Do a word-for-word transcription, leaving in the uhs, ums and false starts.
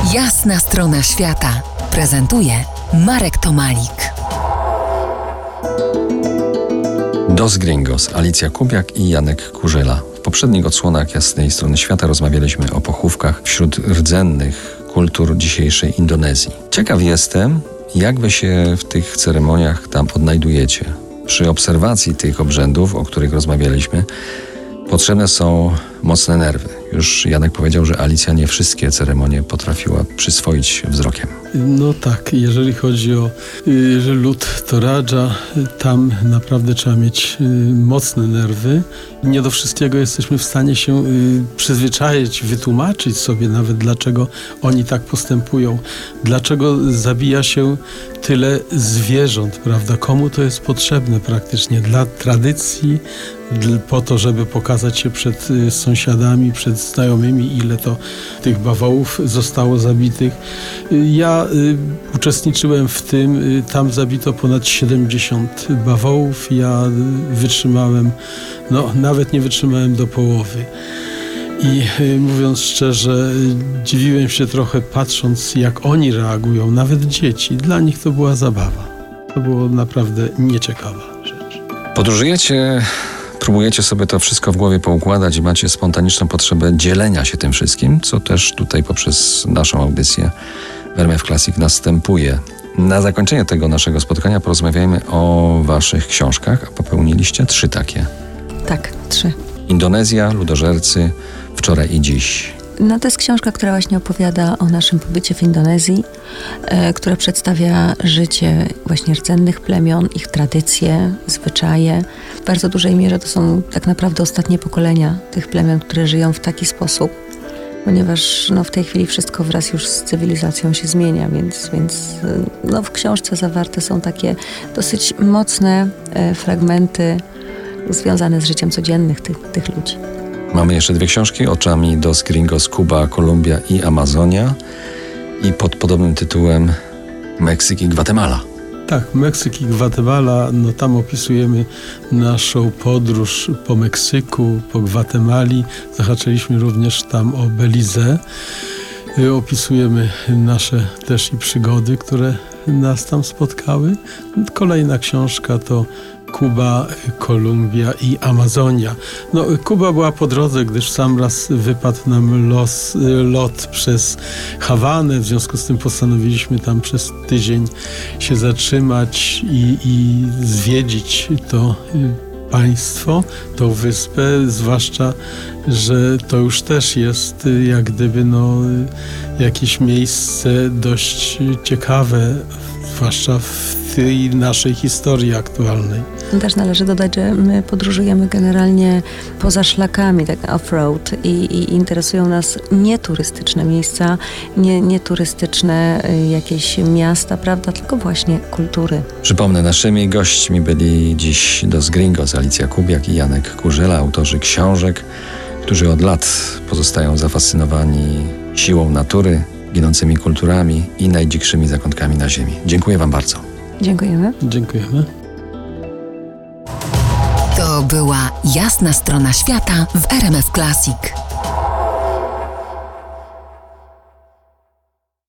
Jasna strona świata prezentuje Marek Tomalik. Dos Gringos, Alicja Kubiak i Janek Kurzyla. W poprzednich odsłonach Jasnej strony świata rozmawialiśmy o pochówkach wśród rdzennych kultur dzisiejszej Indonezji. Ciekaw jestem, jak wy się w tych ceremoniach tam odnajdujecie. Przy obserwacji tych obrzędów, o których rozmawialiśmy, potrzebne są mocne nerwy. Już Janek powiedział, że Alicja nie wszystkie ceremonie potrafiła przyswoić wzrokiem. No tak, jeżeli chodzi o y, lud Toradża, tam naprawdę trzeba mieć y, mocne nerwy. Nie do wszystkiego jesteśmy w stanie się y, przyzwyczaić, wytłumaczyć sobie nawet, dlaczego oni tak postępują. Dlaczego zabija się tyle zwierząt, prawda? Komu to jest potrzebne praktycznie? Dla tradycji, po to, żeby pokazać się przed y, sąsiadami, przed znajomymi, ile to tych bawołów zostało zabitych. Y, ja y, uczestniczyłem w tym, y, tam zabito ponad siedemdziesiąt bawołów. Ja y, wytrzymałem, no nawet nie wytrzymałem do połowy. I y, mówiąc szczerze, y, dziwiłem się trochę, patrząc, jak oni reagują, nawet dzieci. Dla nich to była zabawa. To było naprawdę nieciekawa rzecz. Podróżujecie, próbujecie sobie to wszystko w głowie poukładać i macie spontaniczną potrzebę dzielenia się tym wszystkim, co też tutaj poprzez naszą audycję w R M F Classic następuje. Na zakończenie tego naszego spotkania porozmawiajmy o waszych książkach, a popełniliście trzy takie. Tak, trzy. Indonezja, Ludożercy, Wczoraj i dziś. No to jest książka, która właśnie opowiada o naszym pobycie w Indonezji, e, która przedstawia życie właśnie rdzennych plemion, ich tradycje, zwyczaje. W bardzo dużej mierze to są tak naprawdę ostatnie pokolenia tych plemion, które żyją w taki sposób, ponieważ no, w tej chwili wszystko wraz już z cywilizacją się zmienia, więc, więc no, w książce zawarte są takie dosyć mocne e, fragmenty związane z życiem codziennych tych, tych ludzi. Mamy jeszcze dwie książki, Oczami Dos Gringos, Kuba, Kolumbia i Amazonia, i pod podobnym tytułem Meksyk i Gwatemala. Tak, Meksyk i Gwatemala, no tam opisujemy naszą podróż po Meksyku, po Gwatemali. Zahaczyliśmy również tam o Belize. Opisujemy nasze też i przygody, które nas tam spotkały. Kolejna książka to Kuba, Kolumbia i Amazonia. No, Kuba była po drodze, gdyż sam raz wypadł nam los, lot przez Hawanę. W związku z tym postanowiliśmy tam przez tydzień się zatrzymać i, i zwiedzić to państwo, tą wyspę, zwłaszcza, że to już też jest jak gdyby no, jakieś miejsce dość ciekawe, zwłaszcza w tej naszej historii aktualnej. Też należy dodać, że my podróżujemy generalnie poza szlakami, tak off-road i, i interesują nas nieturystyczne miejsca, nie, nieturystyczne jakieś miasta, prawda, tylko właśnie kultury. Przypomnę, naszymi gośćmi byli dziś Dos Gringos, Alicja Kubiak i Janek Kurzyla, autorzy książek, którzy od lat pozostają zafascynowani siłą natury, ginącymi kulturami i najdzikszymi zakątkami na ziemi. Dziękuję wam bardzo. Dziękujemy. Dziękujemy. To była Jasna strona świata w R M F Classic.